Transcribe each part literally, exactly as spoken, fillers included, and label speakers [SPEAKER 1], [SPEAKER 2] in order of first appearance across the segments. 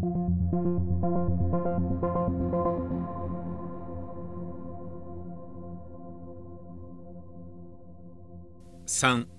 [SPEAKER 1] さん、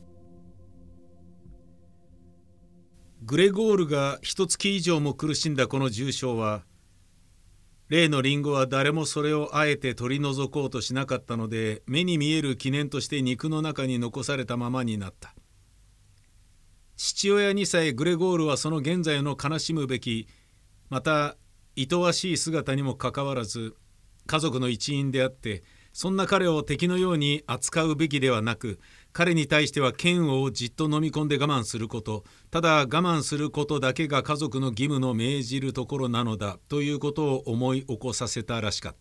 [SPEAKER 1] グレゴールが一月以上も苦しんだこの重傷は、例のリンゴは誰もそれをあえて取り除こうとしなかったので、目に見える記念として肉の中に残されたままになった。父親にさえグレゴールはその現在の悲しむべき、またいとわしい姿にもかかわらず家族の一員であって、そんな彼を敵のように扱うべきではなく、彼に対しては嫌悪をじっと飲み込んで我慢すること、ただ我慢することだけが家族の義務の命じるところなのだということを思い起こさせたらしかった。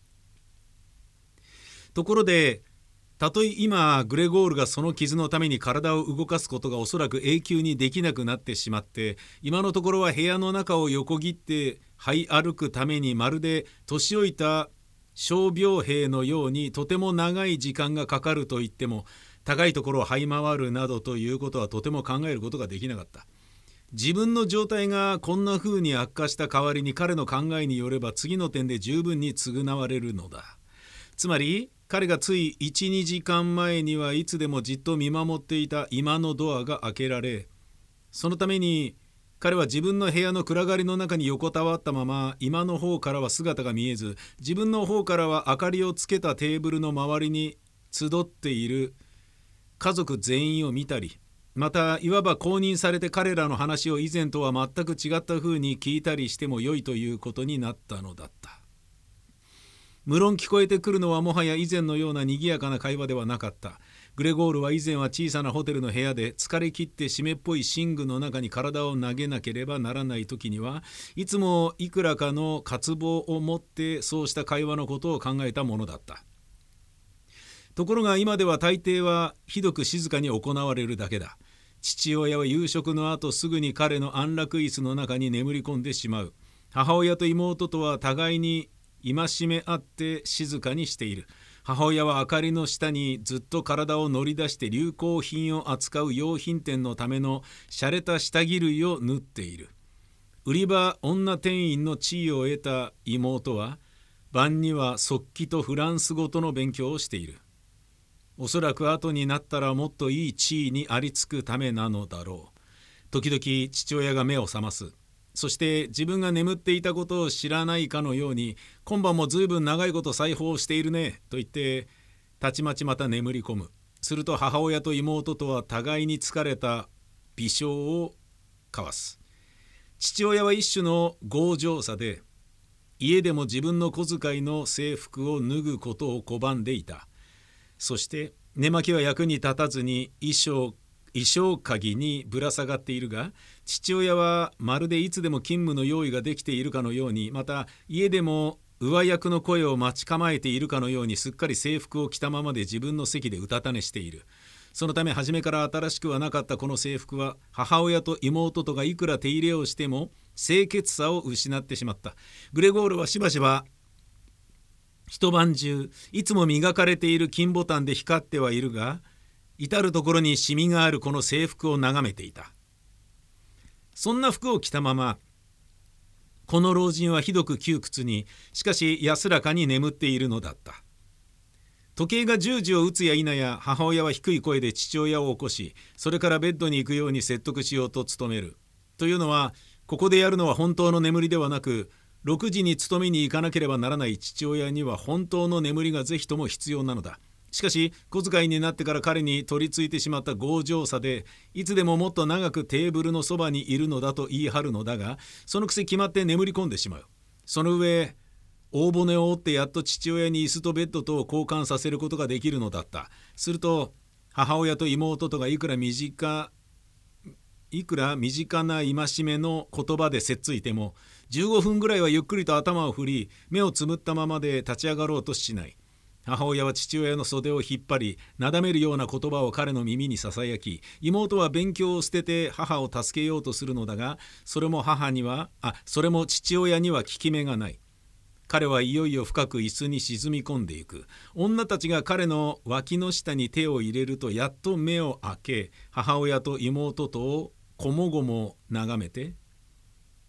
[SPEAKER 1] ところで、たとえ今グレゴールがその傷のために体を動かすことがおそらく永久にできなくなってしまって、今のところは部屋の中を横切って這い歩くためにまるで年老いた傷病兵のようにとても長い時間がかかると言っても、高いところを這い回るなどということはとても考えることができなかった。自分の状態がこんな風に悪化した代わりに、彼の考えによれば次の点で十分に償われるのだ。つまり彼がつい いちにじかんまえにはいつでもじっと見守っていた居間のドアが開けられ、そのために彼は自分の部屋の暗がりの中に横たわったまま、居間の方からは姿が見えず、自分の方からは明かりをつけたテーブルの周りに集っている家族全員を見たり、またいわば公認されて彼らの話を以前とは全く違った風に聞いたりしてもよいということになったのだった。無論聞こえてくるのはもはや以前のような賑やかな会話ではなかった。グレゴールは以前は小さなホテルの部屋で疲れ切って湿っぽい寝具の中に体を投げなければならない時には、いつもいくらかの渇望を持ってそうした会話のことを考えたものだった。ところが今では大抵はひどく静かに行われるだけだ。父親は夕食の後すぐに彼の安楽椅子の中に眠り込んでしまう。母親と妹とは互いに戒め合って静かにしている。母親は明かりの下にずっと体を乗り出して流行品を扱う洋品店のための洒落た下着類を縫っている。売り場女店員の地位を得た妹は晩には速記とフランス語との勉強をしている。おそらく後になったらもっといい地位にありつくためなのだろう。時々父親が目を覚ます。そして自分が眠っていたことを知らないかのように、今晩もずいぶん長いこと裁縫をしているねと言ってたちまちまた眠り込む。すると母親と妹とは互いに疲れた微笑を交わす。父親は一種の強情さで、家でも自分の小遣いの制服を脱ぐことを拒んでいた。そして寝巻きは役に立たずに衣装衣装鍵にぶら下がっているが、父親はまるでいつでも勤務の用意ができているかのように、また家でも上役の声を待ち構えているかのように、すっかり制服を着たままで自分の席でうたた寝している。そのため初めから新しくはなかったこの制服は、母親と妹とがいくら手入れをしても清潔さを失ってしまった。グレゴールはしばしば一晩中いつも磨かれている金ボタンで光ってはいるが、至る所にシミがあるこの制服を眺めていた。そんな服を着たままこの老人はひどく窮屈に、しかし安らかに眠っているのだった。時計がじゅうじを打つや否や、母親は低い声で父親を起こし、それからベッドに行くように説得しようと努める。というのは、ここでやるのは本当の眠りではなく、ろくじに勤めに行かなければならない父親には本当の眠りがぜひとも必要なのだ。しかし小遣いになってから彼に取り付いてしまった強情さで、いつでももっと長くテーブルのそばにいるのだと言い張るのだが、そのくせ決まって眠り込んでしまう。その上大骨を折ってやっと父親に椅子とベッドとを交換させることができるのだった。すると母親と妹とがいくら短いくら身近な戒めの言葉でせっついても、じゅうごふんぐらいはゆっくりと頭を振り、目をつむったままで立ち上がろうとしない。母親は父親の袖を引っ張り、なだめるような言葉を彼の耳にささやき、妹は勉強を捨てて母を助けようとするのだが、それも母にはあそれも父親には効き目がない。彼はいよいよ深く椅子に沈み込んでいく。女たちが彼の脇の下に手を入れると、やっと目を開け、母親と妹とをこもごも眺めて、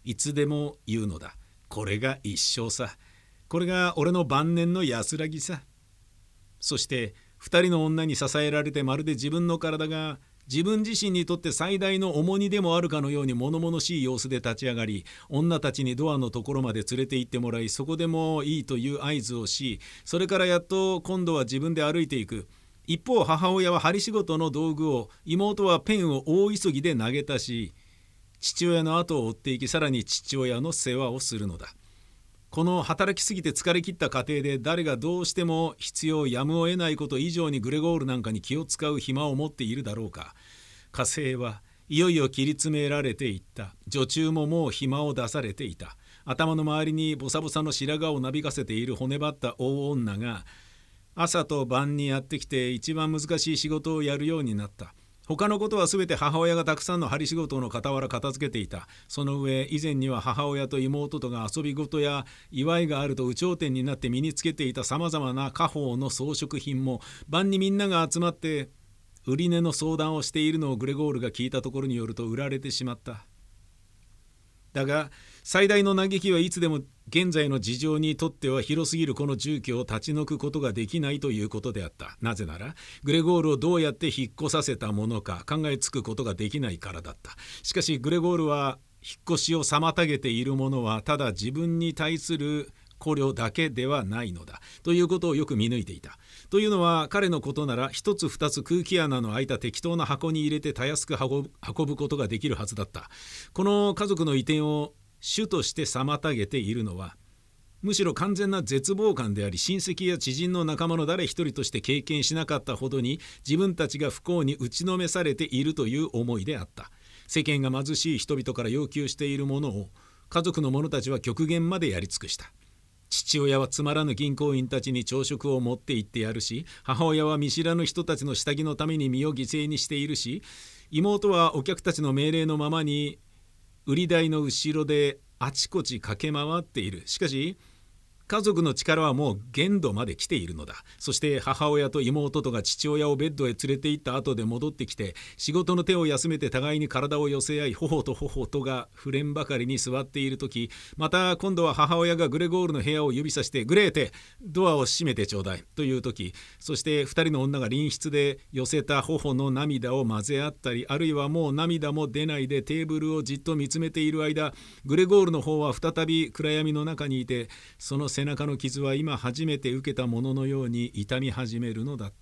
[SPEAKER 1] いつでも言うのだ。これが一生さ。これが俺の晩年の安らぎさ。そして二人の女に支えられて、まるで自分の体が自分自身にとって最大の重荷でもあるかのように物々しい様子で立ち上がり、女たちにドアのところまで連れて行ってもらい、そこでもいいという合図をし、それからやっと今度は自分で歩いていく。一方母親は針仕事の道具を、妹はペンを大急ぎで投げ出し、父親の後を追っていき、さらに父親の世話をするのだ。この働きすぎて疲れ切った家庭で、誰がどうしても必要やむを得ないこと以上にグレゴールなんかに気を使う暇を持っているだろうか。家政はいよいよ切り詰められていった。女中ももう暇を出されていた。頭の周りにボサボサの白髪をなびかせている骨張った大女が朝と晩にやってきて、一番難しい仕事をやるようになった。他のことはすべて母親がたくさんの針仕事の傍ら片付けていた。その上、以前には母親と妹とが遊び事や祝いがあると有頂天になって身につけていたさまざまな家宝の装飾品も、晩にみんなが集まって売り値の相談をしているのをグレゴールが聞いたところによると、売られてしまった。だが最大の嘆きはいつでも現在の事情にとっては広すぎるこの住居を立ち退くことができないということであった。なぜならグレゴールをどうやって引っ越させたものか考えつくことができないからだった。しかしグレゴールは引っ越しを妨げているものはただ自分に対する考慮だけではないのだということをよく見抜いていた。というのは彼のことなら一つ二つ空気穴の開いた適当な箱に入れてたやすく運ぶ、運ぶことができるはずだった。この家族の移転を主として妨げているのはむしろ完全な絶望感であり、親戚や知人の仲間の誰一人として経験しなかったほどに自分たちが不幸に打ちのめされているという思いであった。世間が貧しい人々から要求しているものを家族の者たちは極限までやり尽くした。父親はつまらぬ銀行員たちに朝食を持って行ってやるし、母親は見知らぬ人たちの下着のために身を犠牲にしているし、妹はお客たちの命令のままに売り台の後ろであちこち駆け回っている。しかし家族の力はもう限度まで来ているのだ。そして母親と妹とが父親をベッドへ連れて行った後で戻ってきて、仕事の手を休めて互いに体を寄せ合い、頬と頬とが触れんばかりに座っているとき、また今度は母親がグレゴールの部屋を指さして「グレーテ、ドアを閉めてちょうだい」というとき、そして二人の女が隣室で寄せた頬の涙を混ぜ合ったり、あるいはもう涙も出ないでテーブルをじっと見つめている間、グレゴールの方は再び暗闇の中にいて、その背中の傷は今初めて受けたもののように痛み始めるのだった。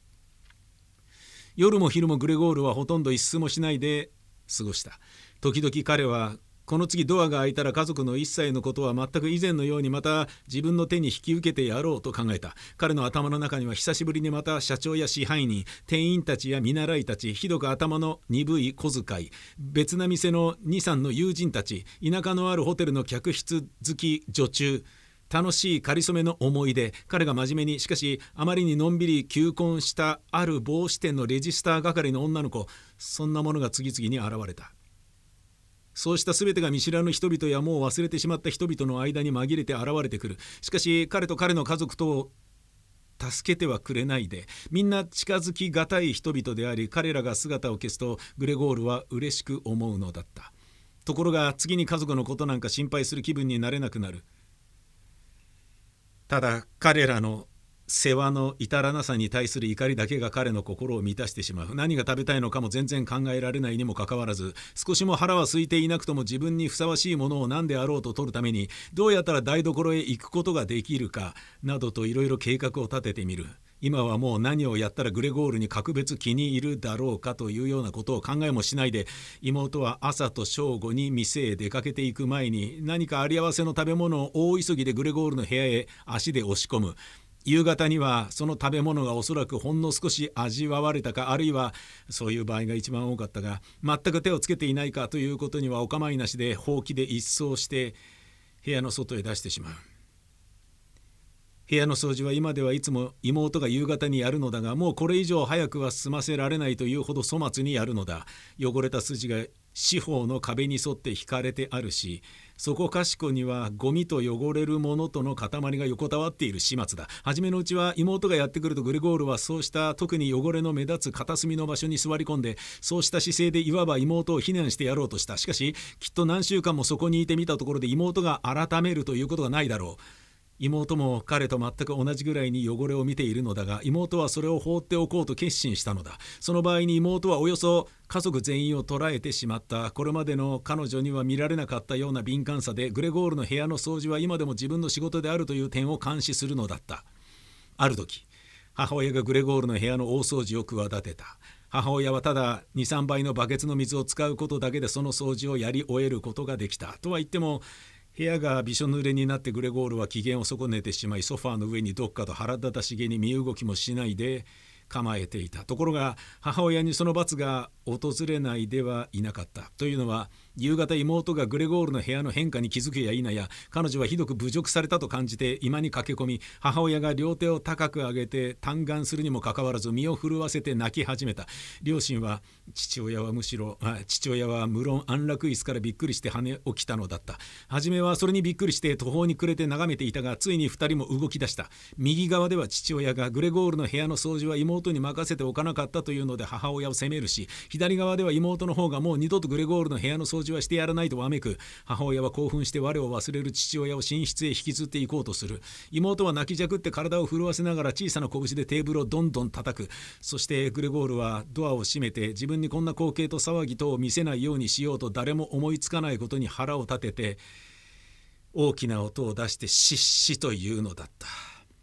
[SPEAKER 1] 夜も昼もグレゴールはほとんど一睡もしないで過ごした。時々彼はこの次ドアが開いたら家族の一切のことは全く以前のようにまた自分の手に引き受けてやろうと考えた。彼の頭の中には久しぶりにまた社長や支配人、店員たちや見習いたち、ひどく頭の鈍い小遣い、別な店のにさんの友人たち、田舎のあるホテルの客室好き女中、楽しいかりそめの思い出、彼が真面目にしかしあまりにのんびり求婚したある帽子店のレジスター係の女の子、そんなものが次々に現れた。そうした全てが見知らぬ人々やもう忘れてしまった人々の間に紛れて現れてくる。しかし彼と彼の家族とを助けてはくれないで、みんな近づきがたい人々であり、彼らが姿を消すとグレゴールは嬉しく思うのだった。ところが次に家族のことなんか心配する気分になれなくなる。ただ彼らの世話の至らなさに対する怒りだけが彼の心を満たしてしまう。何が食べたいのかも全然考えられないにもかかわらず、少しも腹は空いていなくとも自分にふさわしいものを何であろうと取るためにどうやったら台所へ行くことができるかなどといろいろ計画を立ててみる。今はもう何をやったらグレゴールに格別気に入るだろうかというようなことを考えもしないで、妹は朝と正午に店へ出かけていく前に何かあり合わせの食べ物を大急ぎでグレゴールの部屋へ足で押し込む。夕方にはその食べ物がおそらくほんの少し味わわれたか、あるいはそういう場合が一番多かったが全く手をつけていないかということにはお構いなしでほうきで一掃して部屋の外へ出してしまう。 部屋の掃除は今ではいつも妹が夕方にやるのだが、もうこれ以上早くは済ませられないというほど粗末にやるのだ。汚れた筋が四方の壁に沿って引かれてあるし、そこかしこにはゴミと汚れるものとの塊が横たわっている始末だ。初めのうちは妹がやってくるとグレゴールはそうした特に汚れの目立つ片隅の場所に座り込んで、そうした姿勢でいわば妹を非難してやろうとした。しかしきっと何週間もそこにいてみたところで妹が改めるということがないだろう。妹も彼と全く同じぐらいに汚れを見ているのだが、妹はそれを放っておこうと決心したのだ。その場合に妹はおよそ家族全員を捉えてしまった。これまでの彼女には見られなかったような敏感さで、グレゴールの部屋の掃除は今でも自分の仕事であるという点を監視するのだった。ある時、母親がグレゴールの部屋の大掃除を企てた。母親はただ にさんばいのバケツの水を使うことだけでその掃除をやり終えることができた。とは言っても、部屋がびしょ濡れになってグレゴールは機嫌を損ねてしまい、ソファーの上にどっかと腹立たしげに身動きもしないで構えていた。ところが母親にその罰が訪れないではいなかった。というのは、夕方妹がグレゴールの部屋の変化に気づくや否や、彼女はひどく侮辱されたと感じて居間に駆け込み、母親が両手を高く上げて嘆願するにもかかわらず身を震わせて泣き始めた。両親は父親はむしろあ父親は無論安楽椅子からびっくりして跳ね起きたのだった。初めはそれにびっくりして途方に暮れて眺めていたが、ついに二人も動き出した。右側では父親がグレゴールの部屋の掃除は妹に任せておかなかったというので母親を責めるし、左側では妹の方がもう二度とグレゴールの部屋の掃除はしてやらないとわめく。母親は興奮して我を忘れる父親を寝室へ引きずっていこうとする。妹は泣きじゃくって体を震わせながら小さな拳でテーブルをどんどん叩く。そしてグレゴールはドアを閉めて、自分にこんな光景と騒ぎとを見せないようにしようと誰も思いつかないことに腹を立てて、大きな音を出してしっしと言うのだった。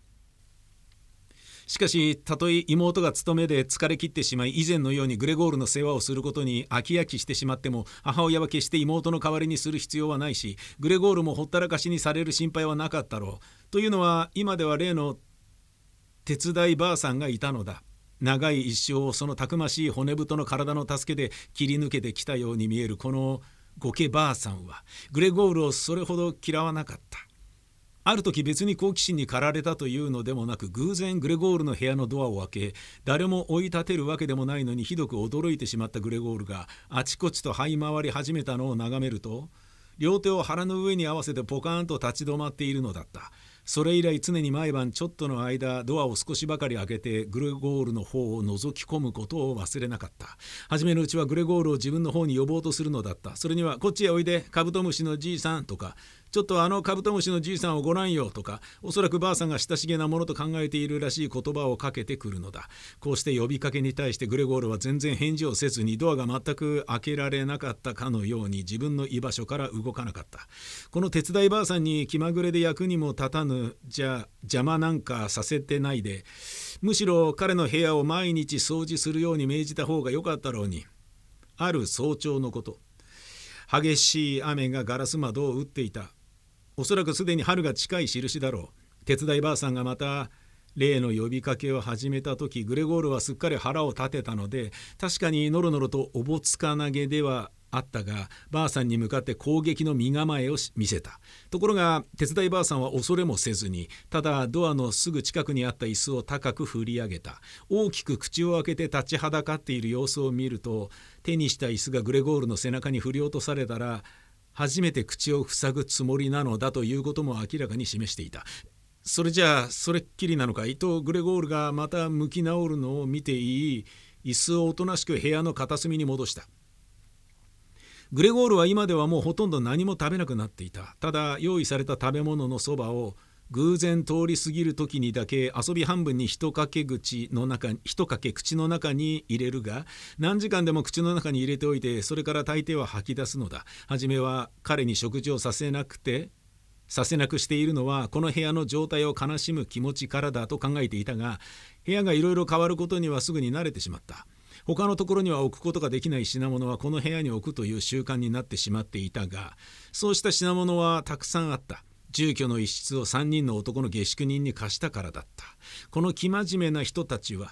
[SPEAKER 1] しかし、たとえ妹が勤めで疲れ切ってしまい、以前のようにグレゴールの世話をすることに飽き飽きしてしまっても、母親は決して妹の代わりにする必要はないし、グレゴールもほったらかしにされる心配はなかったろう。というのは、今では例の手伝いばあさんがいたのだ。長い一生をそのたくましい骨太の体の助けで切り抜けてきたように見えるこのゴケばあさんは、グレゴールをそれほど嫌わなかった。ある時別に好奇心に駆られたというのでもなく、偶然グレゴールの部屋のドアを開け、誰も追い立てるわけでもないのにひどく驚いてしまったグレゴールがあちこちと這い回り始めたのを眺めると、両手を腹の上に合わせてポカーンと立ち止まっているのだった。それ以来常に毎晩ちょっとの間ドアを少しばかり開けてグレゴールの方を覗き込むことを忘れなかった。初めのうちはグレゴールを自分の方に呼ぼうとするのだった。それにはこっちへおいでカブトムシのじいさんとか、ちょっとあのカブトムシのじいさんをご覧よとか、おそらくばあさんが親しげなものと考えているらしい言葉をかけてくるのだ。こうして呼びかけに対してグレゴールは全然返事をせずに、ドアが全く開けられなかったかのように自分の居場所から動かなかった。この手伝いばあさんに気まぐれで役にも立たぬじゃ邪魔なんかさせてないで、むしろ彼の部屋を毎日掃除するように命じた方がよかったろうに。ある早朝のこと、激しい雨がガラス窓を打っていた。おそらくすでに春が近い印だろう。手伝いばあさんがまた例の呼びかけを始めた時、グレゴールはすっかり腹を立てたので、確かにノロノロとおぼつかなげではあったが、ばあさんに向かって攻撃の身構えを見せた。ところが手伝いばあさんは恐れもせずに、ただドアのすぐ近くにあった椅子を高く振り上げた。大きく口を開けて立ちはだかっている様子を見ると、手にした椅子がグレゴールの背中に振り落とされたら初めて口を塞ぐつもりなのだということも明らかに示していた。それじゃあそれっきりなのかいとグレゴールがまた向き直るのを見ていい、椅子をおとなしく部屋の片隅に戻した。グレゴールは今ではもうほとんど何も食べなくなっていた。ただ用意された食べ物のそばを偶然通り過ぎる時にだけ遊び半分に一かけ口の中に一かけ口の中に入れるが、何時間でも口の中に入れておいて、それから大抵は吐き出すのだ。はじめは彼に食事をさせなくてさせなくしているのはこの部屋の状態を悲しむ気持ちからだと考えていたが、部屋がいろいろ変わることにはすぐに慣れてしまった。他のところには置くことができない品物はこの部屋に置くという習慣になってしまっていたが、そうした品物はたくさんあった。住居の一室をさんにんの男の下宿人に貸したからだった。この生真面目な人たちは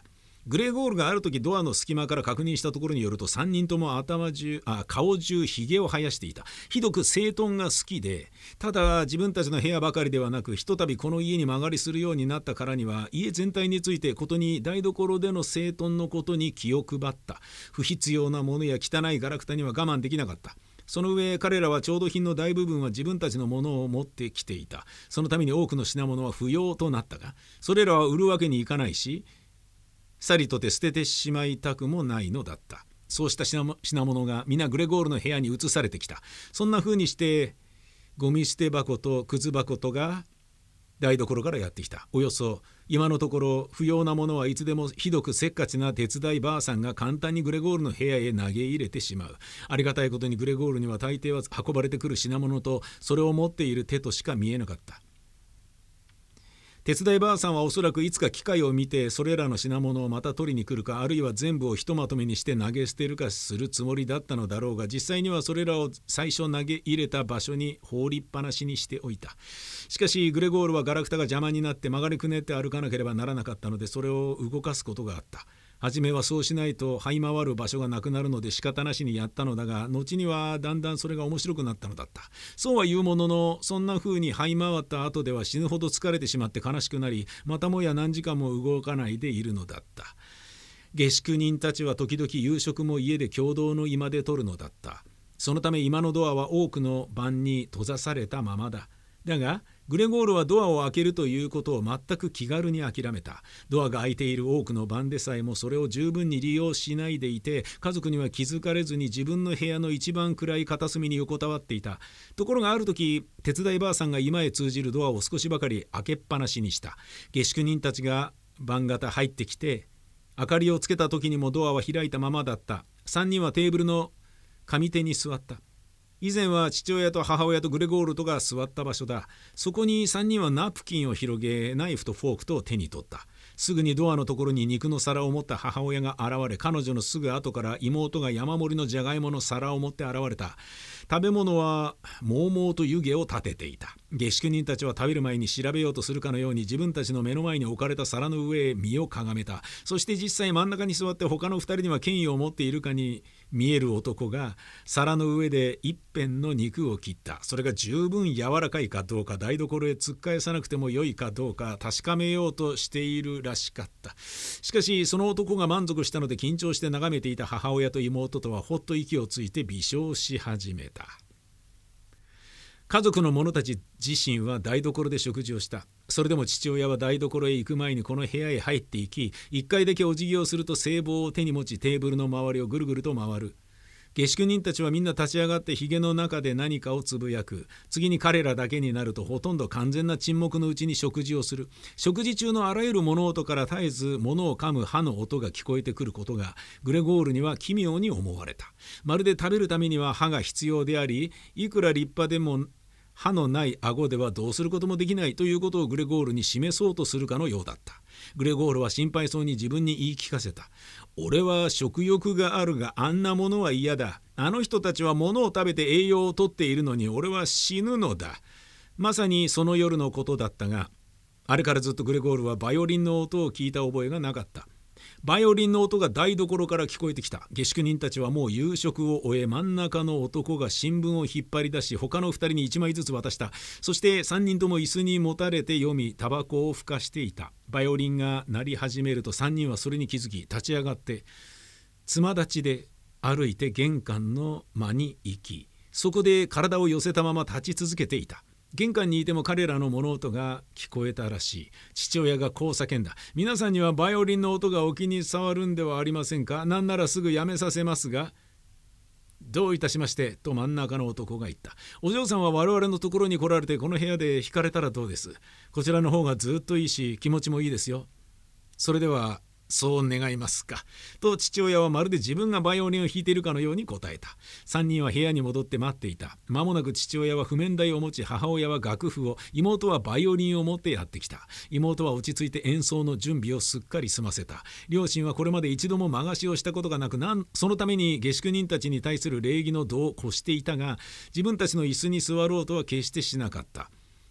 [SPEAKER 1] グレゴールがある時ドアの隙間から確認したところによると、さんにんとも頭中あ顔中ひげを生やしていた。ひどく整頓が好きで、ただ自分たちの部屋ばかりではなく、ひとたびこの家に間借りするようになったからには、家全体についてことに台所での整頓のことに気を配った。不必要なものや汚いガラクタには我慢できなかった。その上、彼らは調度品の大部分は自分たちのものを持ってきていた。そのために多くの品物は不要となったが、それらは売るわけにいかないし、さりとて捨ててしまいたくもないのだった。そうした品物が皆グレゴールの部屋に移されてきた。そんな風にしてゴミ捨て箱とくず箱とが台所からやってきた。およそ今のところ不要なものはいつでもひどくせっかちな手伝いばあさんが簡単にグレゴールの部屋へ投げ入れてしまう。ありがたいことにグレゴールには大抵は運ばれてくる品物とそれを持っている手としか見えなかった。手伝いばあさんはおそらくいつか機会を見てそれらの品物をまた取りに来るか、あるいは全部をひとまとめにして投げ捨てるかするつもりだったのだろうが、実際にはそれらを最初投げ入れた場所に放りっぱなしにしておいた。しかしグレゴールはガラクタが邪魔になって曲がりくねって歩かなければならなかったので、それを動かすことがあった。初めはそうしないと這い回る場所がなくなるので仕方なしにやったのだが、後にはだんだんそれが面白くなったのだった。そうは言うものの、そんな風に這い回った後では死ぬほど疲れてしまって悲しくなり、またもや何時間も動かないでいるのだった。下宿人たちは時々夕食も家で共同の居間で取るのだった。そのため居間のドアは多くの晩に閉ざされたままだ。だがグレゴールはドアを開けるということを全く気軽に諦めた。ドアが開いている多くの晩でさえもそれを十分に利用しないでいて、家族には気づかれずに自分の部屋の一番暗い片隅に横たわっていた。ところがある時、手伝いばあさんが居間へ通じるドアを少しばかり開けっぱなしにした。下宿人たちが晩方入ってきて、明かりをつけた時にもドアは開いたままだった。さんにんはテーブルの上手に座った。以前は父親と母親とグレゴールとが座った場所だ。そこにさんにんはナプキンを広げ、ナイフとフォークと手に取った。すぐにドアのところに肉の皿を持った母親が現れ、彼女のすぐ後から妹が山盛りのじゃがいもの皿を持って現れた。食べ物はもうもうと湯気を立てていた。下宿人たちは食べる前に調べようとするかのように自分たちの目の前に置かれた皿の上へ身をかがめた。そして実際真ん中に座って他の二人には権威を持っているかに見える男が皿の上で一片の肉を切った。それが十分柔らかいかどうか、台所へ突っ返さなくてもよいかどうか確かめようとしているらしかった。しかしその男が満足したので、緊張して眺めていた母親と妹とはほっと息をついて微笑し始めた。家族の者たち自身は台所で食事をした。それでも父親は台所へ行く前にこの部屋へ入っていき、一回だけお辞儀をすると聖棒を手に持ちテーブルの周りをぐるぐると回る。下宿人たちはみんな立ち上がってひげの中で何かをつぶやく。次に彼らだけになるとほとんど完全な沈黙のうちに食事をする。食事中のあらゆる物音から絶えず物を噛む歯の音が聞こえてくることがグレゴールには奇妙に思われた。まるで食べるためには歯が必要であり、いくら立派でも歯のない顎ではどうすることもできないということをグレゴールに示そうとするかのようだった。グレゴールは心配そうに自分に言い聞かせた。俺は食欲があるがあんなものは嫌だ。あの人たちは物を食べて栄養をとっているのに俺は死ぬのだ。まさにその夜のことだったが、あれからずっとグレゴールはバイオリンの音を聞いた覚えがなかった。バイオリンの音が台所から聞こえてきた。下宿人たちはもう夕食を終え、真ん中の男が新聞を引っ張り出し他の二人に一枚ずつ渡した。そして三人とも椅子にもたれて読み、タバコをふかしていた。バイオリンが鳴り始めると三人はそれに気づき、立ち上がってつま立ちで歩いて玄関の間に行き、そこで体を寄せたまま立ち続けていた。玄関にいても彼らの物音が聞こえたらしい。父親がこう叫んだ。皆さんにはバイオリンの音がお気に障るんではありませんか。なんならすぐやめさせますが。どういたしましてと真ん中の男が言った。お嬢さんは我々のところに来られてこの部屋で弾かれたらどうです。こちらの方がずっといいし気持ちもいいですよ。それではそう願いますか。と父親はまるで自分がバイオリンを弾いているかのように答えた。三人は部屋に戻って待っていた。間もなく父親は譜面台を持ち、母親は楽譜を、妹はバイオリンを持ってやってきた。妹は落ち着いて演奏の準備をすっかり済ませた。両親はこれまで一度も間貸しをしたことがなく、なんそのために下宿人たちに対する礼儀の度を越していたが、自分たちの椅子に座ろうとは決してしなかった。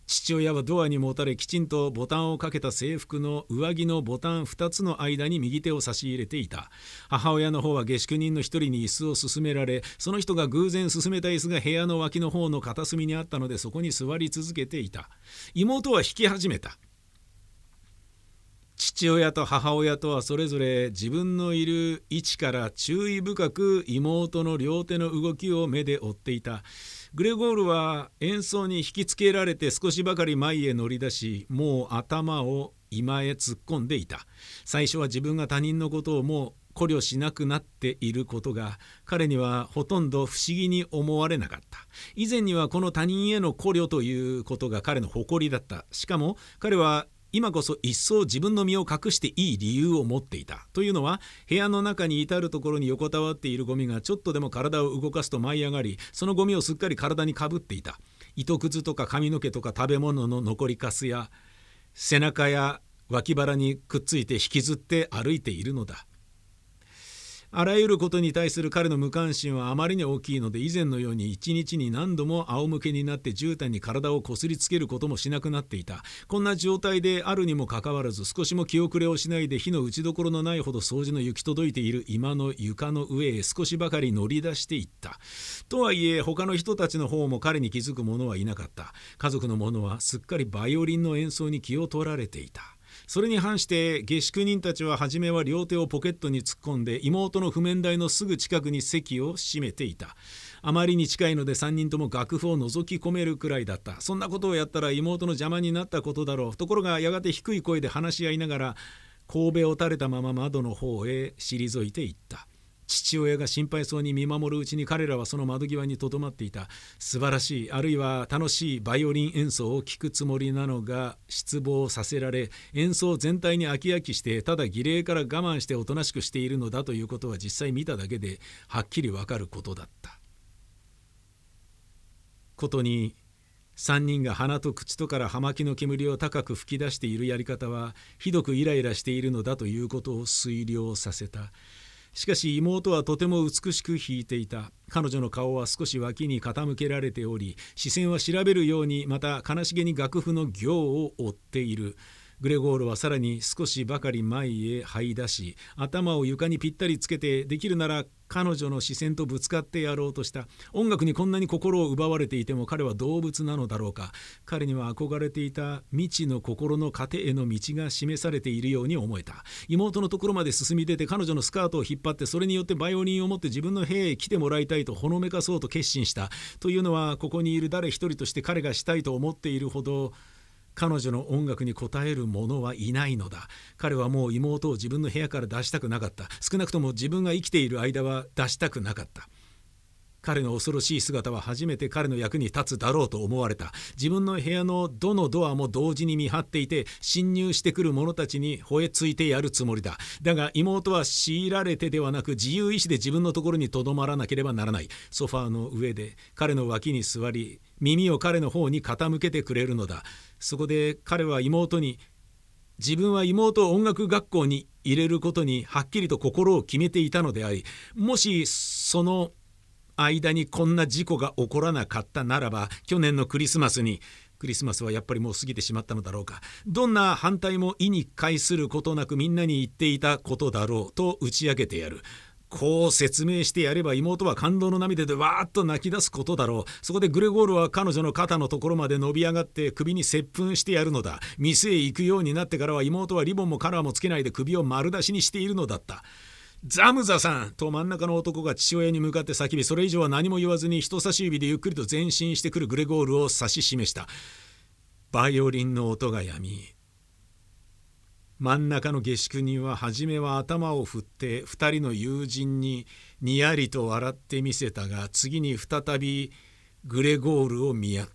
[SPEAKER 1] 父親はドアにもたれ、きちんとボタンをかけた制服の上着のボタンふたつの間に右手を差し入れていた。母親の方は下宿人の一人に椅子を勧められ、その人が偶然勧めた椅子が部屋の脇の方の片隅にあったので、そこに座り続けていた。妹は弾き始めた。父親と母親とはそれぞれ自分のいる位置から注意深く妹の両手の動きを目で追っていた。グレゴールは演奏に引きつけられて少しばかり前へ乗り出し、もう頭を居間へ突っ込んでいた。最初は自分が他人のことをもう考慮しなくなっていることが彼にはほとんど不思議に思われなかった。以前にはこの他人への考慮ということが彼の誇りだった。しかも彼は今こそ一層自分の身を隠していい理由を持っていた。というのは、部屋の中に至るところに横たわっているゴミがちょっとでも体を動かすと舞い上がり、そのゴミをすっかり体にかぶっていた。糸くずとか髪の毛とか食べ物の残りかすや背中や脇腹にくっついて引きずって歩いているのだ。あらゆることに対する彼の無関心はあまりに大きいので、以前のように一日に何度も仰向けになって絨毯に体をこすりつけることもしなくなっていた。こんな状態であるにもかかわらず、少しも気遅れをしないで火の打ちどころのないほど掃除の行き届いている居間の床の上へ少しばかり乗り出していった。とはいえ他の人たちの方も彼に気づく者はいなかった。家族の者はすっかりバイオリンの演奏に気を取られていた。それに反して下宿人たちは初めは両手をポケットに突っ込んで妹の譜面台のすぐ近くに席を占めていた。あまりに近いのでさんにんとも楽譜を覗き込めるくらいだった。そんなことをやったら妹の邪魔になったことだろう。ところがやがて低い声で話し合いながら神戸を垂れたまま窓の方へ退いていった。父親が心配そうに見守るうちに彼らはその窓際にとどまっていた。素晴らしい、あるいは楽しいバイオリン演奏を聴くつもりなのが失望させられ、演奏全体に飽き飽きしてただ儀礼から我慢しておとなしくしているのだということは実際見ただけではっきりわかることだった。ことにさんにんが鼻と口とから葉巻の煙を高く吹き出しているやり方はひどくイライラしているのだということを推量させた。しかし妹はとても美しく弾いていた。彼女の顔は少し脇に傾けられており、視線は調べるようにまた悲しげに楽譜の行を追っている。グレゴールはさらに少しばかり前へ這い出し、頭を床にぴったりつけてできるなら彼女の視線とぶつかってやろうとした。音楽にこんなに心を奪われていても彼は動物なのだろうか。彼には憧れていた未知の心の糧への道が示されているように思えた。妹のところまで進み出て彼女のスカートを引っ張って、それによってバイオリンを持って自分の部屋へ来てもらいたいとほのめかそうと決心した。というのは、ここにいる誰一人として彼がしたいと思っているほど彼女の音楽に応える者はいないのだ。彼はもう妹を自分の部屋から出したくなかった。少なくとも自分が生きている間は出したくなかった。彼の恐ろしい姿は初めて彼の役に立つだろうと思われた。自分の部屋のどのドアも同時に見張っていて、侵入してくる者たちに吠えついてやるつもりだ。だが妹は強いられてではなく自由意志で自分のところにとどまらなければならない。ソファーの上で彼の脇に座り、耳を彼の方に傾けてくれるのだ。そこで彼は妹に、自分は妹を音楽学校に入れることにはっきりと心を決めていたのであり、もしその間にこんな事故が起こらなかったならば、去年のクリスマスにクリスマスはやっぱりもう過ぎてしまったのだろうか、どんな反対も意に介することなくみんなに言っていたことだろうと打ち明けてやる。こう説明してやれば妹は感動の涙でわーっと泣き出すことだろう。そこでグレゴールは彼女の肩のところまで伸び上がって首に接吻してやるのだ。店へ行くようになってからは妹はリボンもカラーもつけないで首を丸出しにしているのだった。ザムザさんと真ん中の男が父親に向かって叫び、それ以上は何も言わずに人差し指でゆっくりと前進してくるグレゴールを指し示した。バイオリンの音がやみ、真ん中の下宿人は初めは頭を振って二人の友人ににやりと笑ってみせたが、次に再びグレゴールを見合った。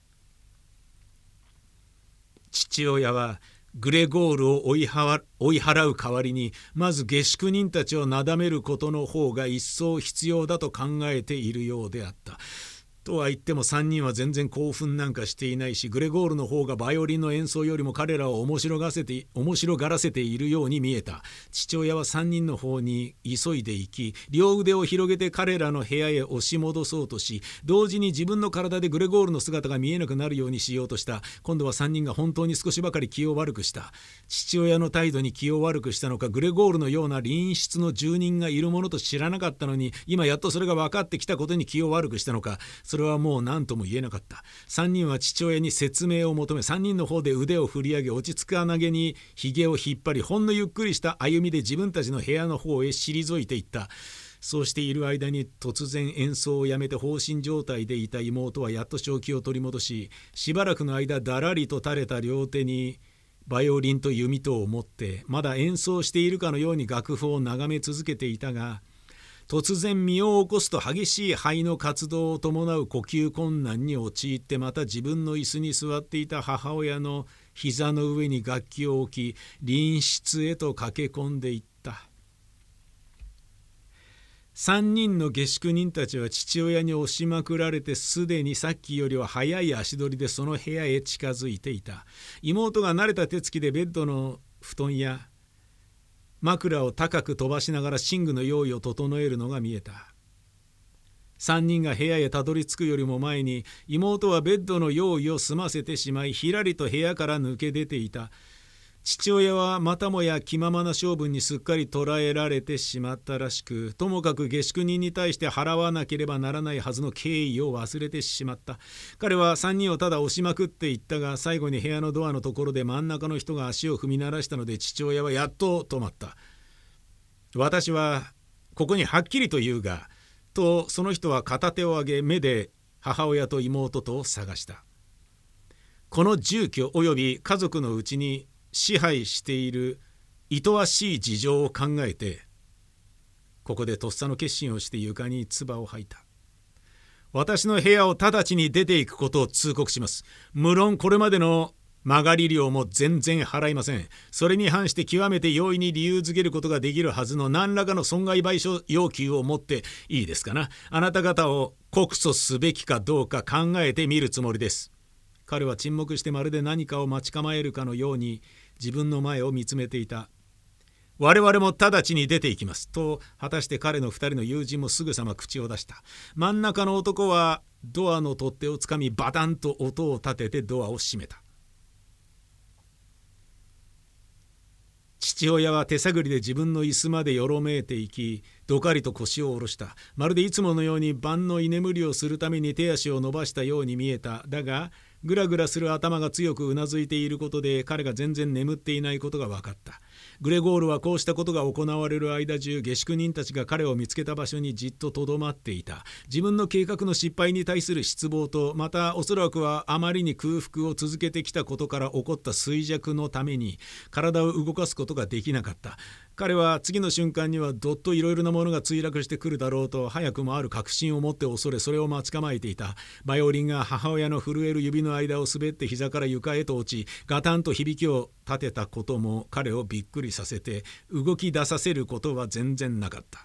[SPEAKER 1] 父親はグレゴールを追いは追い払う代わりに、まず下宿人たちをなだめることの方が一層必要だと考えているようであった。 とは言ってもさんにんは全然興奮なんかしていないし、グレゴールの方がバイオリンの演奏よりも彼らを面白がせて面白がらせているように見えた。父親はさんにんの方に急いで行き、両腕を広げて彼らの部屋へ押し戻そうとし、同時に自分の体でグレゴールの姿が見えなくなるようにしようとした。今度はさんにんが本当に少しばかり気を悪くした。父親の態度に気を悪くしたのか、グレゴールのような隣室の住人がいるものと知らなかったのに、今やっとそれが分かってきたことに気を悪くしたのか、それはもう何とも言えなかった。さんにんは父親に説明を求め、さんにんの方で腕を振り上げ、落ち着かなげにひげを引っ張り、ほんのゆっくりした歩みで自分たちの部屋の方へ退いていった。そうしている間に突然演奏をやめて放心状態でいた妹はやっと正気を取り戻し、しばらくの間だらりと垂れた両手にバイオリンと弓とを持ってまだ演奏しているかのように楽譜を眺め続けていたが、突然身を起こすと激しい肺の活動を伴う呼吸困難に陥って、また自分の椅子に座っていた母親の膝の上に楽器を置き、隣室へと駆け込んでいった。三人の下宿人たちは父親に押しまくられて、すでにさっきよりは速い足取りでその部屋へ近づいていた。妹が慣れた手つきでベッドの布団や枕を高く飛ばしながら寝具の用意を整えるのが見えた。三人が部屋へたどり着くよりも前に、妹はベッドの用意を済ませてしまい、ひらりと部屋から抜け出ていた。父親はまたもや気ままな性分にすっかり捉えられてしまったらしく、ともかく下宿人に対して払わなければならないはずの敬意を忘れてしまった。彼は三人をただ押しまくっていったが、最後に部屋のドアのところで真ん中の人が足を踏み鳴らしたので、父親はやっと止まった。私はここにはっきりと言うが、とその人は片手を上げ、目で母親と妹と探した。この住居および家族のうちに支配しているいとわしい事情を考えて、ここでとっさの決心をして床に唾を吐いた。私の部屋を直ちに出ていくことを通告します。無論これまでの間借り料も全然払いません。それに反して極めて容易に理由づけることができるはずの何らかの損害賠償要求を持っていいですかな。あなた方を告訴すべきかどうか考えてみるつもりです。彼は沈黙して、まるで何かを待ち構えるかのように自分の前を見つめていた。我々も直ちに出ていきますと、果たして彼の二人の友人もすぐさま口を出した。真ん中の男はドアの取っ手をつかみ、バタンと音を立ててドアを閉めた。父親は手探りで自分の椅子までよろめいていき、どかりと腰を下ろした。まるでいつものように晩の居眠りをするために手足を伸ばしたように見えた。だがぐらぐらする頭が強くうなずいていることで、彼が全然眠っていないことが分かった。グレゴールはこうしたことが行われる間中、下宿人たちが彼を見つけた場所にじっととどまっていた。自分の計画の失敗に対する失望と、またおそらくはあまりに空腹を続けてきたことから起こった衰弱のために体を動かすことができなかった。彼は次の瞬間にはどっといろいろなものが墜落してくるだろうと早くもある確信を持って恐れ、それを待ち構えていた。バイオリンが母親の震える指の間を滑って膝から床へと落ち、ガタンと響きを立てたことも彼をびっくりさせて、動き出させることは全然なかった。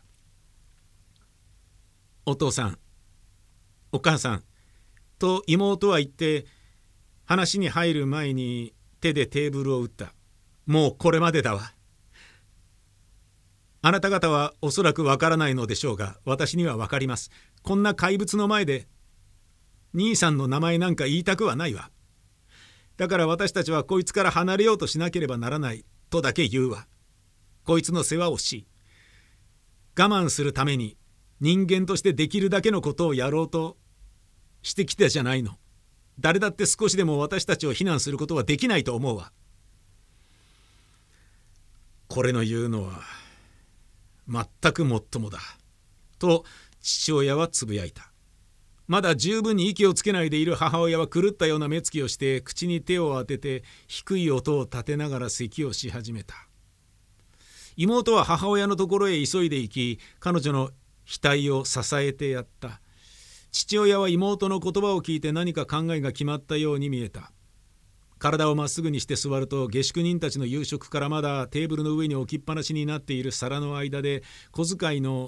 [SPEAKER 1] お父さん、お母さんと妹は言って話に入る前に手でテーブルを打った。もうこれまでだわ。あなた方はおそらくわからないのでしょうが、私にはわかります。こんな怪物の前で兄さんの名前なんか言いたくはないわ。だから私たちはこいつから離れようとしなければならないとだけ言うわ。こいつの世話をし、我慢するために人間としてできるだけのことをやろうとしてきたじゃないの。誰だって少しでも私たちを非難することはできないと思うわ。これの言うのは全くもっともだと父親はつぶやいた。まだ十分に息をつけないでいる母親は狂ったような目つきをして口に手を当てて低い音を立てながら咳をし始めた。妹は母親のところへ急いで行き、彼女の額を支えてやった。父親は妹の言葉を聞いて何か考えが決まったように見えた。体をまっすぐにして座ると、下宿人たちの夕食からまだテーブルの上に置きっぱなしになっている皿の間で小遣いの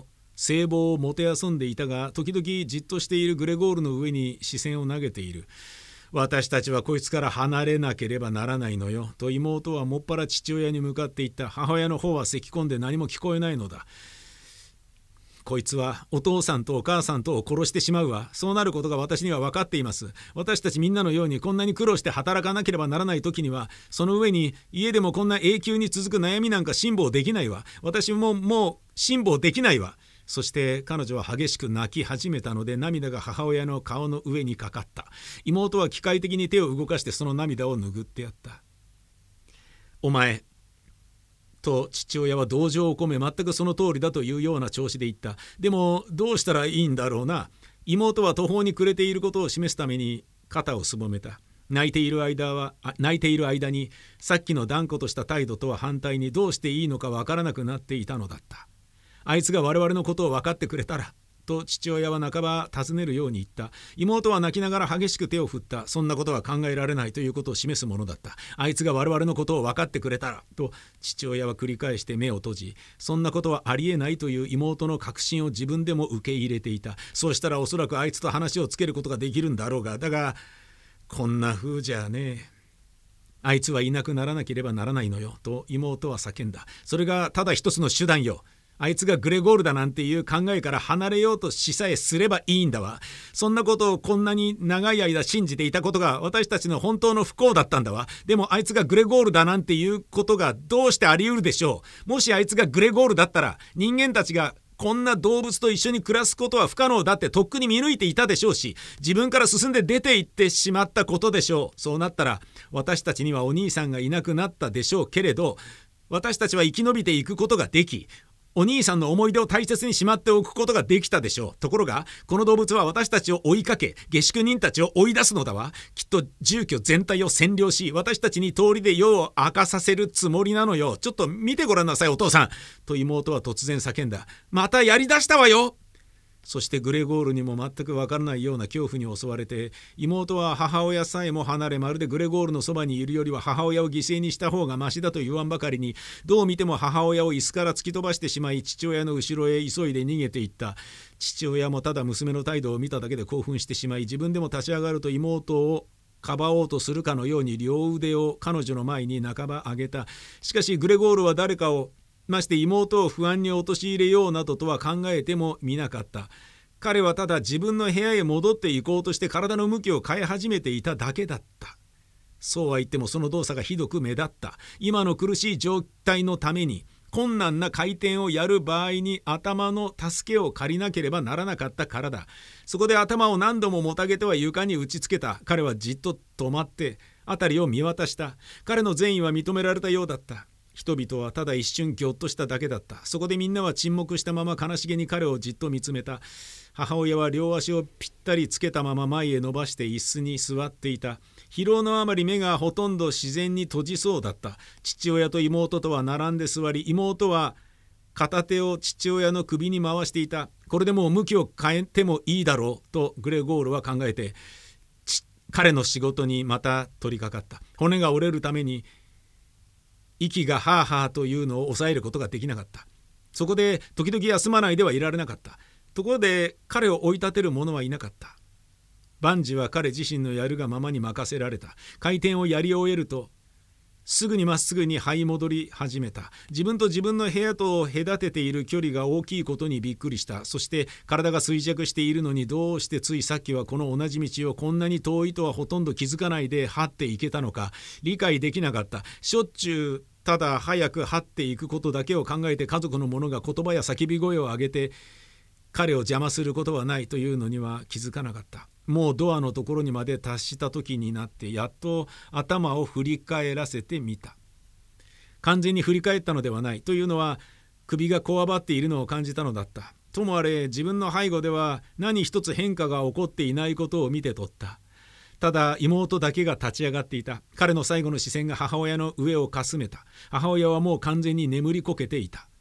[SPEAKER 1] 聖母をもてあそんでいたが、時々じっとしているグレゴールの上に視線を投げている。私たちはこいつから離れなければならないのよ、と妹はもっぱら父親に向かって言った。母親の方は咳き込んで何も聞こえないのだ。こいつはお父さんとお母さんとを殺してしまうわ。そうなることが私には分かっています。私たちみんなのようにこんなに苦労して働かなければならない時には、その上に家でもこんな永久に続く悩みなんか辛抱できないわ。私ももう辛抱できないわ。そして彼女は激しく泣き始めたので、涙が母親の顔の上にかかった。妹は機械的に手を動かしてその涙を拭ってやった。お前と父親は同情を込め、全くその通りだというような調子で言った。でもどうしたらいいんだろうな。妹は途方に暮れていることを示すために肩をすぼめた。泣いている間は泣いている間にさっきの断固とした態度とは反対にどうしていいのかわからなくなっていたのだった。あいつが我々のことを分かってくれたらと父親は半ば尋ねるように言った。妹は泣きながら激しく手を振った。そんなことは考えられないということを示すものだった。あいつが我々のことを分かってくれたらと父親は繰り返して目を閉じ、そんなことはありえないという妹の確信を自分でも受け入れていた。そうしたらおそらくあいつと話をつけることができるんだろうが、だがこんな風じゃねえ。あいつはいなくならなければならないのよと妹は叫んだ。それがただ一つの手段よ。あいつがグレゴールだなんていう考えから離れようとしさえすればいいんだわ。そんなことをこんなに長い間信じていたことが私たちの本当の不幸だったんだわ。でもあいつがグレゴールだなんていうことがどうしてあり得るでしょう。もしあいつがグレゴールだったら、人間たちがこんな動物と一緒に暮らすことは不可能だってとっくに見抜いていたでしょうし、自分から進んで出て行ってしまったことでしょう。そうなったら私たちにはお兄さんがいなくなったでしょうけれど、私たちは生き延びていくことができ、お兄さんの思い出を大切にしまっておくことができたでしょう。ところがこの動物は私たちを追いかけ、下宿人たちを追い出すのだわ。きっと住居全体を占領し、私たちに通りで夜を明かさせるつもりなのよ。ちょっと見てごらんなさいお父さん、と妹は突然叫んだ。またやりだしたわよ。そしてグレゴールにも全く分からないような恐怖に襲われて、妹は母親さえも離れ、まるでグレゴールのそばにいるよりは母親を犠牲にした方がましだと言わんばかりに、どう見ても母親を椅子から突き飛ばしてしまい、父親の後ろへ急いで逃げていった。父親もただ娘の態度を見ただけで興奮してしまい、自分でも立ち上がると妹をかばおうとするかのように両腕を彼女の前に半ば上げた。しかしグレゴールは誰かを、まして妹を不安に陥れようなどとは考えてもみなかった。彼はただ自分の部屋へ戻っていこうとして体の向きを変え始めていただけだった。そうは言ってもその動作がひどく目立った。今の苦しい状態のために困難な回転をやる場合に頭の助けを借りなければならなかったからだ。そこで頭を何度ももたげては床に打ちつけた。彼はじっと止まって辺りを見渡した。彼の善意は認められたようだった。人々はただ一瞬ぎょっとしただけだった。そこでみんなは沈黙したまま悲しげに彼をじっと見つめた。母親は両足をぴったりつけたまま前へ伸ばして椅子に座っていた。疲労のあまり目がほとんど自然に閉じそうだった。父親と妹とは並んで座り、妹は片手を父親の首に回していた。これでもう向きを変えてもいいだろうとグレゴールは考えて、彼の仕事にまた取り掛かった。骨が折れるために息がハーハーというのを抑えることができなかった。そこで時々休まないではいられなかった。ところで彼を追い立てる者はいなかった。万事は彼自身のやるがままに任せられた。回転をやり終えるとすぐにまっすぐに這い戻り始めた。自分と自分の部屋と隔てている距離が大きいことにびっくりした。そして体が衰弱しているのにどうしてついさっきはこの同じ道をこんなに遠いとはほとんど気づかないで這っていけたのか理解できなかった。しょっちゅうただ早く這っていくことだけを考えて、家族の者が言葉や叫び声を上げて彼を邪魔することはないというのには気づかなかった。もうドアのところにまで達した時になってやっと頭を振り返らせてみた。完全に振り返ったのではない。というのは首がこわばっているのを感じたのだった。ともあれ自分の背後では何一つ変化が起こっていないことを見て取った。ただ妹だけが立ち上がっていた。彼の最後の視線が母親の上をかすめた。母親はもう完全に眠りこけていた。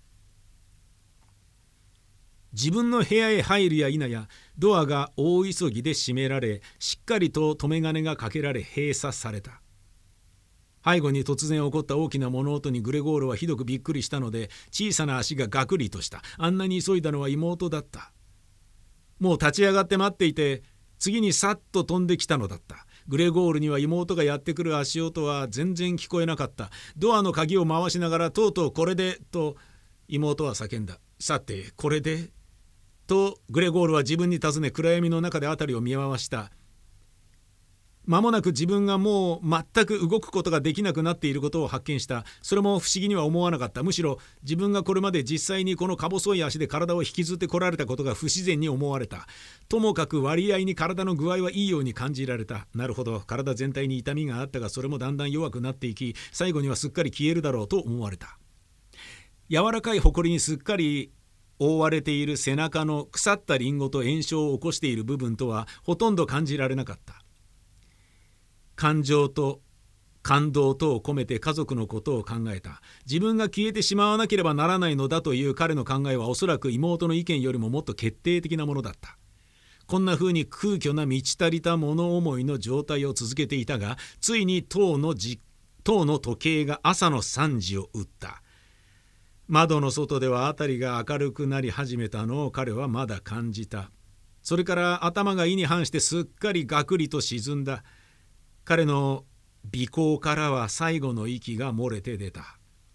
[SPEAKER 1] 自分の部屋へ入るや否やドアが大急ぎで閉められ、しっかりと留め金がかけられ閉鎖された。 背後に突然起こった大きな物音にグレゴールはひどくびっくりしたので、小さな足がガクリとした。あんなに急いだのは妹だった。もう立ち上がって待っていて、次にさっと飛んできたのだった。グレゴールには妹がやってくる足音は全然聞こえなかった。ドアの鍵を回しながら、とうとうこれでと妹は叫んだ。さてこれでとグレゴールは自分に尋ね、暗闇の中で辺りを見回した。間もなく自分がもう全く動くことができなくなっていることを発見した。それも不思議には思わなかった。むしろ自分がこれまで実際にこのか細い足で体を引きずってこられたことが不自然に思われた。ともかく割合に体の具合はいいように感じられた。なるほど、体全体に痛みがあったが、それもだんだん弱くなっていき、最後にはすっかり消えるだろうと思われた。柔らかいほこりにすっかり覆われている背中の腐ったリンゴと炎症を起こしている部分とはほとんど感じられなかった。感情と感動とを込めて家族のことを考えた。自分が消えてしまわなければならないのだという彼の考えは、おそらく妹の意見よりももっと決定的なものだった。こんな風に空虚な満ち足りた物思いの状態を続けていたが、ついに塔のじ塔の時計が朝のさんじを打った。窓の外では辺りが明るくなり始めたのを彼はまだ感じた。それから頭が意に反してすっかりガクリと沈んだ。彼の鼻孔からは最後の息が漏れて出た。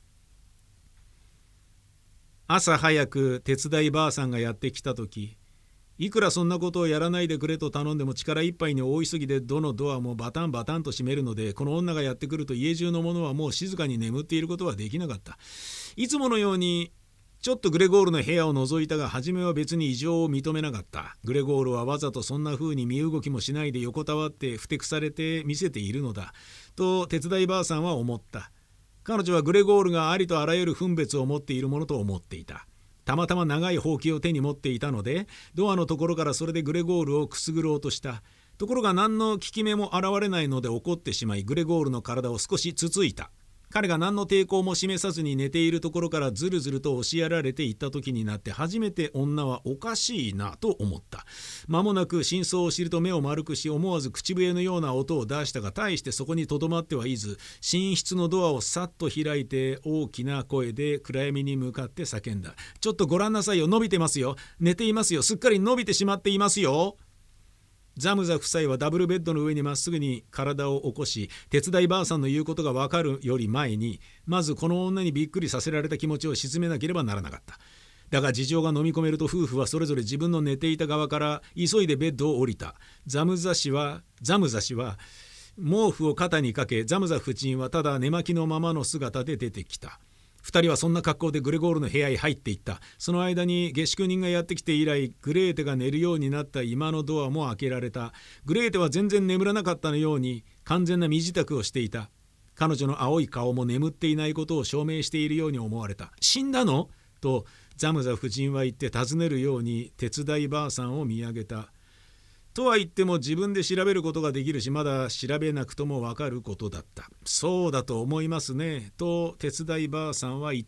[SPEAKER 1] 朝早く手伝いばあさんがやってきた時、いくらそんなことをやらないでくれと頼んでも力いっぱいに大急ぎでどのドアもバタンバタンと閉めるので、この女がやってくると家中の者はもう静かに眠っていることはできなかった。いつものようにちょっとグレゴールの部屋を覗いたが、初めは別に異常を認めなかった。グレゴールはわざとそんな風に身動きもしないで横たわってふてくされて見せているのだと手伝いばあさんは思った。彼女はグレゴールがありとあらゆる分別を持っているものと思っていた。たまたま長いほうきを手に持っていたので、ドアのところからそれでグレゴールをくすぐろうとした。ところが何の効き目も現れないので怒ってしまい、グレゴールの体を少しつついた。彼が何の抵抗も示さずに寝ているところからずるずると押しやられていった時になって、初めて女はおかしいなと思った。間もなく真相を知ると目を丸くし、思わず口笛のような音を出したが、大してそこにとどまってはいず、寝室のドアをさっと開いて大きな声で暗闇に向かって叫んだ。ちょっとご覧なさいよ、伸びてますよ、寝ていますよ、すっかり伸びてしまっていますよ。ザムザ夫妻はダブルベッドの上にまっすぐに体を起こし、手伝いばあさんの言うことが分かるより前に、まずこの女にびっくりさせられた気持ちを鎮めなければならなかった。だが事情が飲み込めると、夫婦はそれぞれ自分の寝ていた側から急いでベッドを降りた。ザムザ氏はザムザ氏は毛布を肩にかけ、ザムザ夫人はただ寝巻きのままの姿で出てきた。二人はそんな格好でグレゴールの部屋へ入っていった。その間に下宿人がやってきて以来、グレーテが寝るようになった居間のドアも開けられた。グレーテは全然眠らなかったのように完全な身支度をしていた。彼女の青い顔も眠っていないことを証明しているように思われた。死んだの？とザムザ夫人は言って尋ねるように手伝いばあさんを見上げた。とは言っても自分で調べることができるし、まだ調べなくともわかることだった。そうだと思いますね、と手伝いばあさんは言って、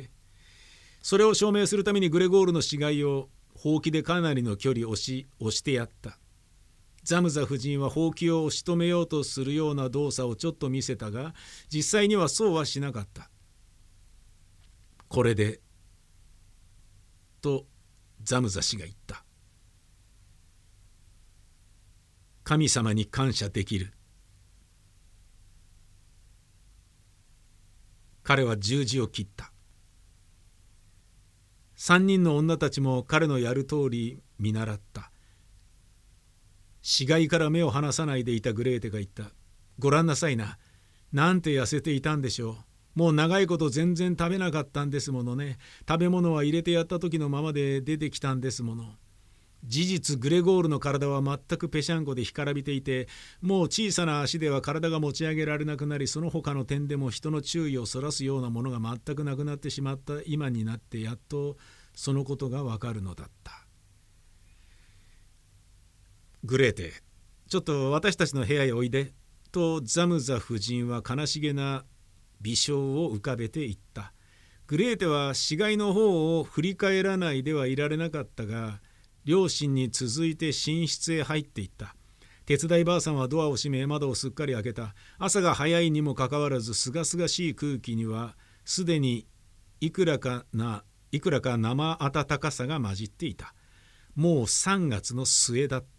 [SPEAKER 1] それを証明するためにグレゴールの死骸をほうきでかなりの距離押し押してやった。ザムザ夫人はほうきを押し止めようとするような動作をちょっと見せたが、実際にはそうはしなかった。これでとザムザ氏が言った。神様に感謝できる。彼は十字を切った。三人の女たちも彼のやる通り見習った。死骸から目を離さないでいたグレーテが言った。ご覧なさいな。なんて痩せていたんでしょう。もう長いこと全然食べなかったんですものね。食べ物は入れてやった時のままで出てきたんですもの。事実グレゴールの体は全くぺしゃんこで干からびていて、もう小さな足では体が持ち上げられなくなり、その他の点でも人の注意をそらすようなものが全くなくなってしまった今になって、やっとそのことがわかるのだった。グレーテ、ちょっと私たちの部屋へおいで、とザムザ夫人は悲しげな微笑を浮かべて言った。グレーテは死骸の方を振り返らないではいられなかったが、両親に続いて寝室へ入っていった。 手伝いばあさんはドアを閉め窓をすっかり開けた。朝が早いにもかかわらずすがすがしい空気にはすでにいくらかないくらか生暖かさが混じっていた。もうさんがつの末だった。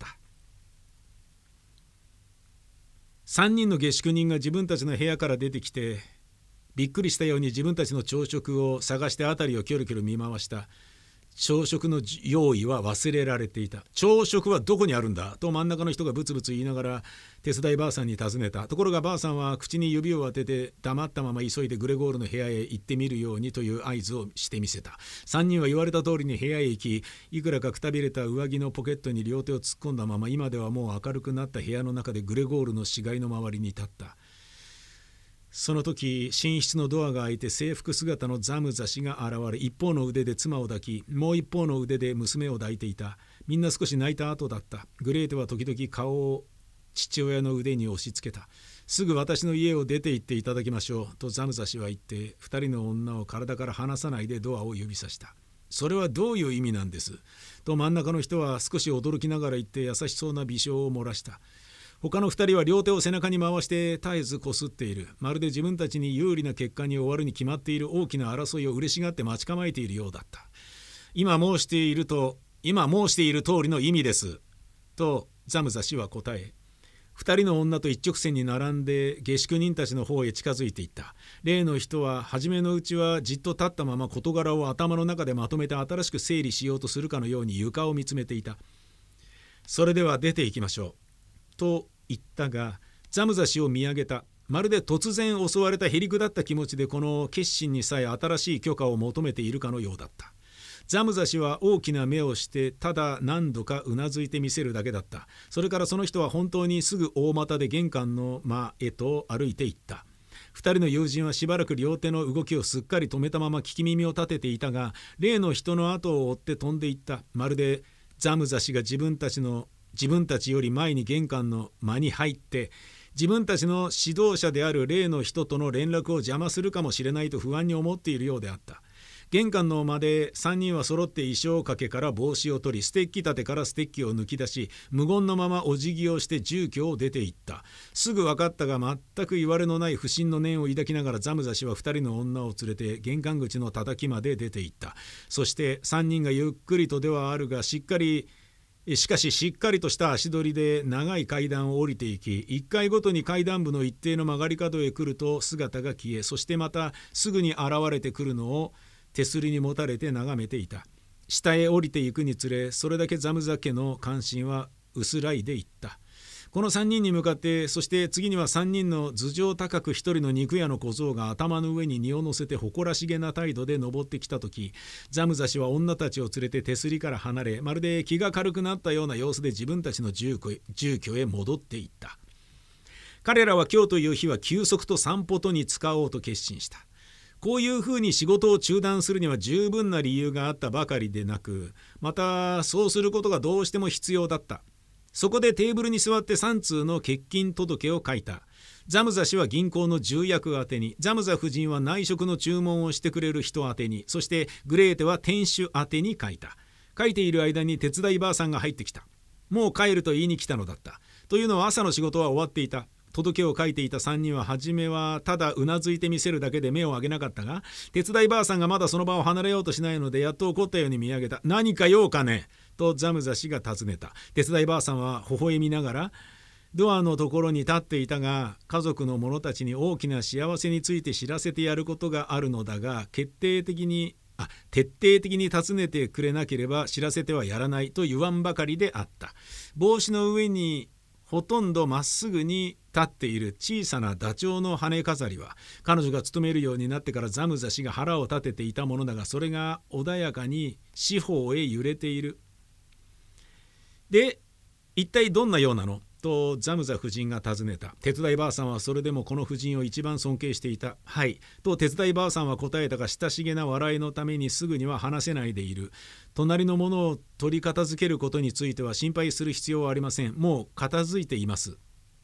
[SPEAKER 1] さんにんの下宿人が自分たちの部屋から出てきて、びっくりしたように自分たちの朝食を探して辺りをキョロキョロ見回した。朝食の用意は忘れられていた。朝食はどこにあるんだと真ん中の人がブツブツ言いながら手伝いばあさんに尋ねた。ところがばあさんは口に指を当てて黙ったまま急いでグレゴールの部屋へ行ってみるようにという合図をしてみせた。さんにんは言われた通りに部屋へ行き、いくらかくたびれた上着のポケットに両手を突っ込んだまま今ではもう明るくなった部屋の中でグレゴールの死骸の周りに立った。その時寝室のドアが開いて制服姿のザムザ氏が現れ、一方の腕で妻を抱き、もう一方の腕で娘を抱いていた。みんな少し泣いた後だった。グレーテは時々顔を父親の腕に押し付けた。すぐ私の家を出て行っていただきましょうとザムザ氏は言って二人の女を体から離さないでドアを指さした。それはどういう意味なんですと真ん中の人は少し驚きながら言って優しそうな微笑を漏らした。他の二人は両手を背中に回して絶えずこすっている。まるで自分たちに有利な結果に終わるに決まっている大きな争いを嬉しがって待ち構えているようだった。今申していると今申している通りの意味ですとザムザ氏は答え、二人の女と一直線に並んで下宿人たちの方へ近づいていった。例の人は初めのうちはじっと立ったまま事柄を頭の中でまとめて新しく整理しようとするかのように床を見つめていた。それでは出て行きましょうと言ったが、ザムザ氏を見上げた。まるで突然襲われたへりくだった気持ちでこの決心にさえ新しい許可を求めているかのようだった。ザムザ氏は大きな目をしてただ何度かうなずいてみせるだけだった。それからその人は本当にすぐ大股で玄関の間へと歩いていった。二人の友人はしばらく両手の動きをすっかり止めたまま聞き耳を立てていたが、例の人の後を追って飛んでいった。まるでザムザ氏が自分たちの自分たちより前に玄関の間に入って自分たちの指導者である例の人との連絡を邪魔するかもしれないと不安に思っているようであった。玄関の間でさんにんは揃って衣装掛けから帽子を取り、ステッキ立てからステッキを抜き出し、無言のままお辞儀をして住居を出て行った。すぐ分かったが全く言われのない不審の念を抱きながらザムザ氏は二人の女を連れて玄関口の叩きまで出て行った。そして三人がゆっくりとではあるがしっかりしかししっかりとした足取りで長い階段を降りていき、いっかいごとに階段部の一定の曲がり角へ来ると姿が消え、そしてまたすぐに現れてくるのを手すりにもたれて眺めていた。下へ降りていくにつれ、それだけザムザ家の関心は薄らいでいった。このさんにんに向かって、そして次にはさんにんの頭上高く一人の肉屋の小僧が頭の上に荷を乗せて誇らしげな態度で登ってきたとき、ザムザ氏は女たちを連れて手すりから離れ、まるで気が軽くなったような様子で自分たちの住居へ、住居へ戻っていった。彼らは今日という日は休息と散歩とに使おうと決心した。こういうふうに仕事を中断するには十分な理由があったばかりでなく、またそうすることがどうしても必要だった。そこでテーブルに座ってさん通の欠勤届を書いた。ザムザ氏は銀行の重役宛てに、ザムザ夫人は内職の注文をしてくれる人宛てに、そしてグレーテは店主宛てに書いた。書いている間に手伝いばあさんが入ってきた。もう帰ると言いに来たのだった。というのは朝の仕事は終わっていた。届けを書いていたさんにんは初めはただうなずいてみせるだけで目を上げなかったが、手伝いばあさんがまだその場を離れようとしないのでやっと怒ったように見上げた。何か用かねとザムザ氏が尋ねた。手伝いばあさんは微笑みながらドアのところに立っていたが、家族の者たちに大きな幸せについて知らせてやることがあるのだが、決定的にあ徹底的に尋ねてくれなければ知らせてはやらないと言わんばかりであった。帽子の上にほとんどまっすぐに立っている小さなダチョウの羽飾りは、彼女が勤めるようになってからザムザ氏が腹を立てていたものだが、それが穏やかに四方へ揺れている。で、一体どんなようなのとザムザ夫人が尋ねた。手伝いばあさんはそれでもこの夫人を一番尊敬していた。はいと手伝いばあさんは答えたが、親しげな笑いのためにすぐには話せないでいる。隣のものを取り片付けることについては心配する必要はありません。もう片付いています。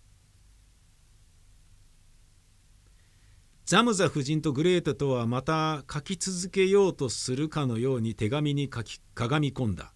[SPEAKER 1] ザムザ夫人とグレーテとはまた書き続けようとするかのように手紙に書きかがみ込んだ。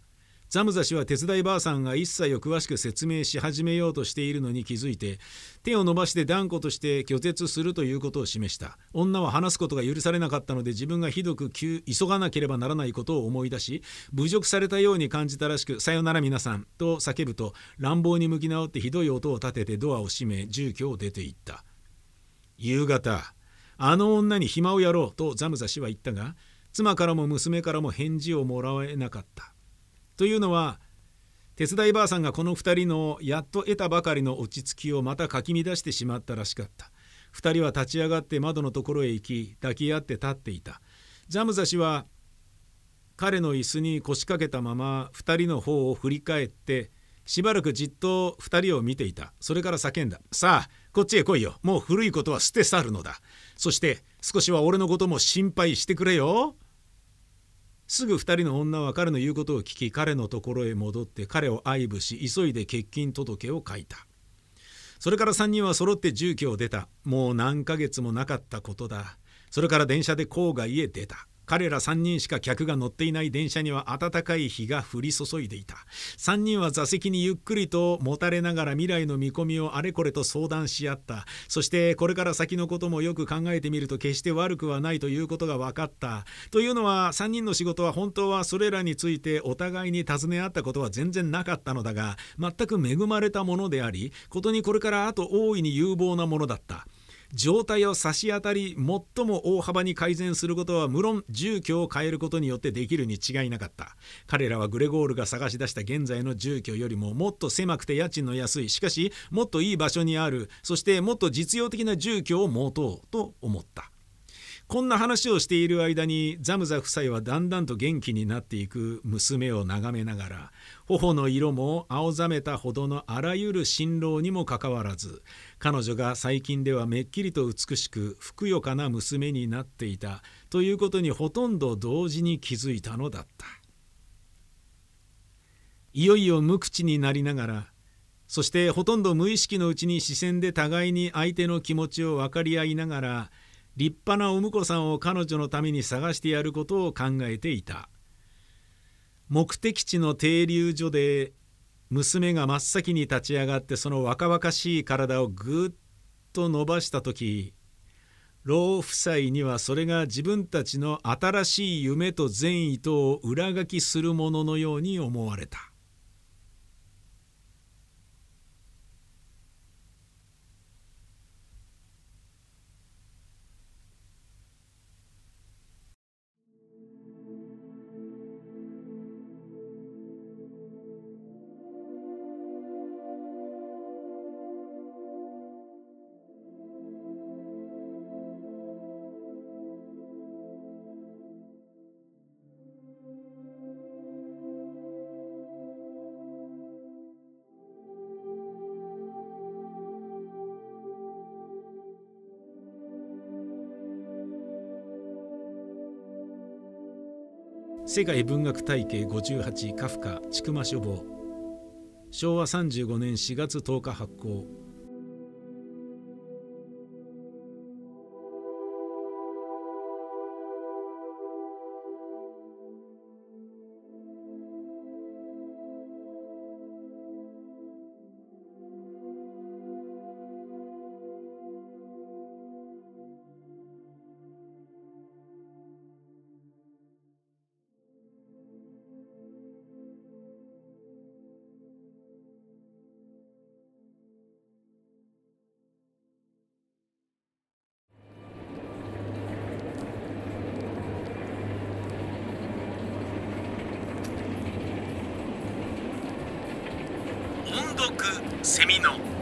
[SPEAKER 1] ザムザ氏は手伝いばあさんが一切を詳しく説明し始めようとしているのに気づいて、手を伸ばして断固として拒絶するということを示した。女は話すことが許されなかったので、自分がひどく急急がなければならないことを思い出し、侮辱されたように感じたらしく、さよなら皆さんと叫ぶと、乱暴に向き直ってひどい音を立ててドアを閉め、住居を出て行った。夕方、あの女に暇をやろうとザムザ氏は言ったが、妻からも娘からも返事をもらえなかった。というのは、手伝いばあさんがこの二人のやっと得たばかりの落ち着きをまたかき乱してしまったらしかった。二人は立ち上がって窓のところへ行き、抱き合って立っていた。ザムザ氏は彼の椅子に腰掛けたまま二人の方を振り返って、しばらくじっと二人を見ていた。それから叫んだ。さあ、こっちへ来いよ。もう古いことは捨て去るのだ。そして少しは俺のことも心配してくれよ。すぐ二人の女は彼の言うことを聞き、彼のところへ戻って彼を愛撫し、急いで欠勤届を書いた。それから三人は揃って住居を出た。もう何ヶ月もなかったことだ。それから電車で郊外へ出た。彼ら三人しか客が乗っていない電車には暖かい日が降り注いでいた。三人は座席にゆっくりともたれながら未来の見込みをあれこれと相談し合った。そしてこれから先のこともよく考えてみると決して悪くはないということが分かった。というのは、三人の仕事は本当はそれらについてお互いに尋ね合ったことは全然なかったのだが、全く恵まれたものであり、ことにこれからあと大いに有望なものだった。状態を差し当たり最も大幅に改善することは無論住居を変えることによってできるに違いなかった。彼らはグレゴールが探し出した現在の住居よりももっと狭くて家賃の安い、しかしもっといい場所にある、そしてもっと実用的な住居を持とうと思った。こんな話をしている間にザムザ夫妻はだんだんと元気になっていく娘を眺めながら、頬の色も青ざめたほどのあらゆる辛労にもかかわらず、彼女が最近ではめっきりと美しくふくよかな娘になっていたということにほとんど同時に気づいたのだった。いよいよ無口になりながら、そしてほとんど無意識のうちに視線で互いに相手の気持ちを分かり合いながら、立派なお婿さんを彼女のために探してやることを考えていた。目的地の停留所で娘が真っ先に立ち上がってその若々しい体をぐっと伸ばした時、老夫妻にはそれが自分たちの新しい夢と善意とを裏書きするもののように思われた。世界文学体系ごじゅうはちカフカ千曲書房、しょうわさんじゅうごねんしがつとおか発行。音読セミの